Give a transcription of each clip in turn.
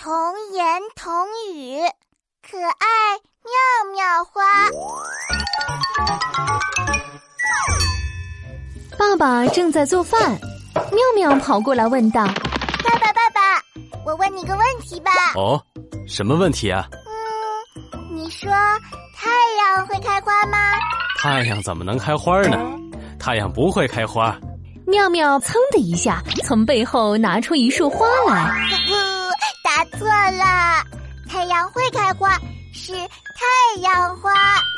童言童语，可爱妙妙花。 爸爸正在做饭，妙妙跑过来问道： 爸爸，我问你个问题吧。 哦，什么问题啊？ 你说太阳会开花吗？ 太阳怎么能开花呢？太阳不会开花。 妙妙噌的一下从背后拿出一束花来。 答错了，太阳会开花，是太阳花。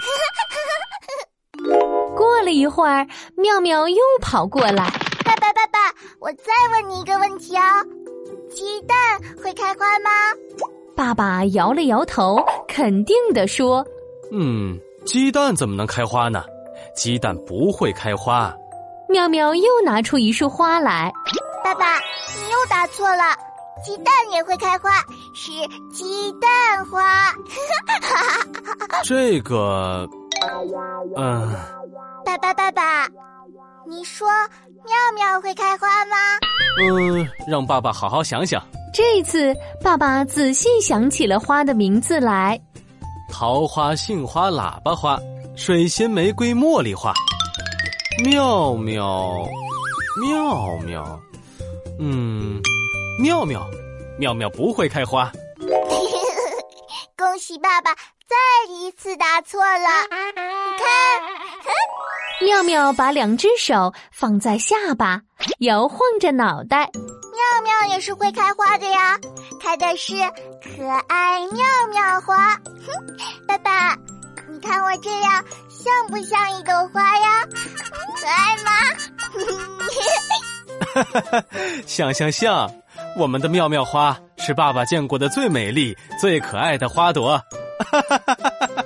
过了一会儿，妙妙又跑过来。 爸爸，我再问你一个问题哦，鸡蛋会开花吗？ 爸爸摇了摇头，肯定地说： 鸡蛋怎么能开花呢？鸡蛋不会开花。 妙妙又拿出一束花来。 爸爸，你又答错了，鸡蛋也会开花，是鸡蛋花。 这个爸爸，你说妙妙会开花吗？ 让爸爸好好想想。 这次爸爸仔细想起了花的名字来： 桃花、杏花、喇叭花、水仙、玫瑰、茉莉花。妙妙，妙妙不会开花。 恭喜爸爸再一次答错了。你看， 妙妙把两只手放在下巴，摇晃着脑袋。 妙妙也是会开花的呀，开的是可爱妙妙花。爸爸，你看我这样像不像一朵花呀？可爱吗？ 像，我们的妙妙花是爸爸见过的最美丽、最可爱的花朵。